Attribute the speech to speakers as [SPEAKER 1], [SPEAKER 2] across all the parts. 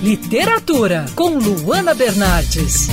[SPEAKER 1] Literatura, com Luana Bernardes.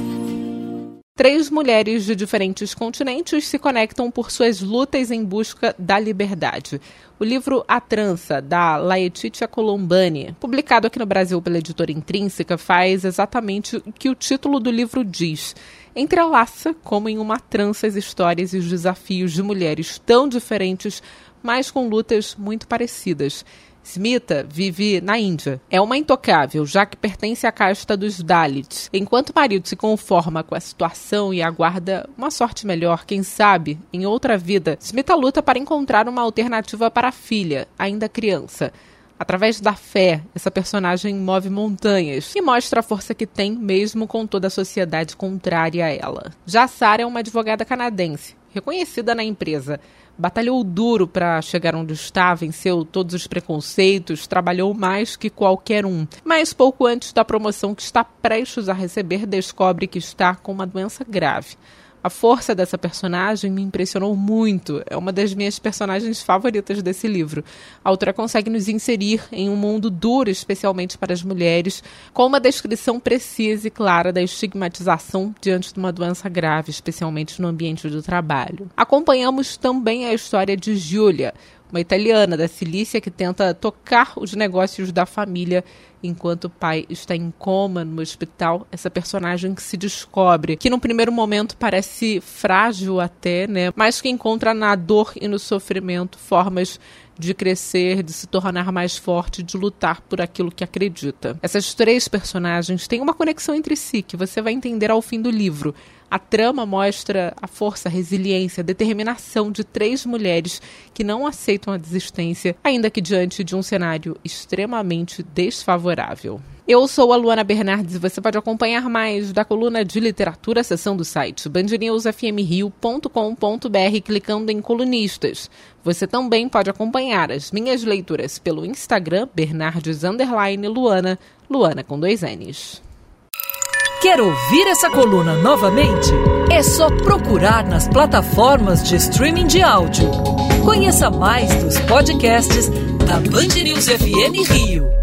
[SPEAKER 2] 3 mulheres de diferentes continentes se conectam por suas lutas em busca da liberdade. O livro A Trança, da Laetitia Colombani, publicado aqui no Brasil pela editora Intrínseca, faz exatamente o que o título do livro diz. Entrelaça, como em uma trança, as histórias e os desafios de mulheres tão diferentes, mas com lutas muito parecidas. Smita vive na Índia. É uma intocável, já que pertence à casta dos Dalits. Enquanto o marido se conforma com a situação e aguarda uma sorte melhor, quem sabe, em outra vida, Smita luta para encontrar uma alternativa para a filha, ainda criança. Através da fé, essa personagem move montanhas e mostra a força que tem, mesmo com toda a sociedade contrária a ela. Já Sarah é uma advogada canadense, reconhecida na empresa. Batalhou duro para chegar onde está, venceu todos os preconceitos, trabalhou mais que qualquer um. Mas pouco antes da promoção que está prestes a receber, descobre que está com uma doença grave. A força dessa personagem me impressionou muito. É uma das minhas personagens favoritas desse livro. A autora consegue nos inserir em um mundo duro, especialmente para as mulheres, com uma descrição precisa e clara da estigmatização diante de uma doença grave, especialmente no ambiente do trabalho. Acompanhamos também a história de Giulia, uma italiana da Cilícia que tenta tocar os negócios da família enquanto o pai está em coma no hospital. Essa personagem que se descobre, que no primeiro momento parece frágil até, mas que encontra na dor e no sofrimento formas de crescer, de se tornar mais forte, de lutar por aquilo que acredita. Essas 3 personagens têm uma conexão entre si, que você vai entender ao fim do livro. A trama mostra a força, a resiliência, a determinação de 3 mulheres que não aceitam a desistência, ainda que diante de um cenário extremamente desfavorável. Eu sou a Luana Bernardes e você pode acompanhar mais da coluna de literatura, a seção do site bandnewsfmrio.com.br, clicando em colunistas. Você também pode acompanhar as minhas leituras pelo Instagram, Bernardes_Luana, Luana com 2 N's.
[SPEAKER 1] Quer ouvir essa coluna novamente? É só procurar nas plataformas de streaming de áudio. Conheça mais dos podcasts da Band News FM Rio.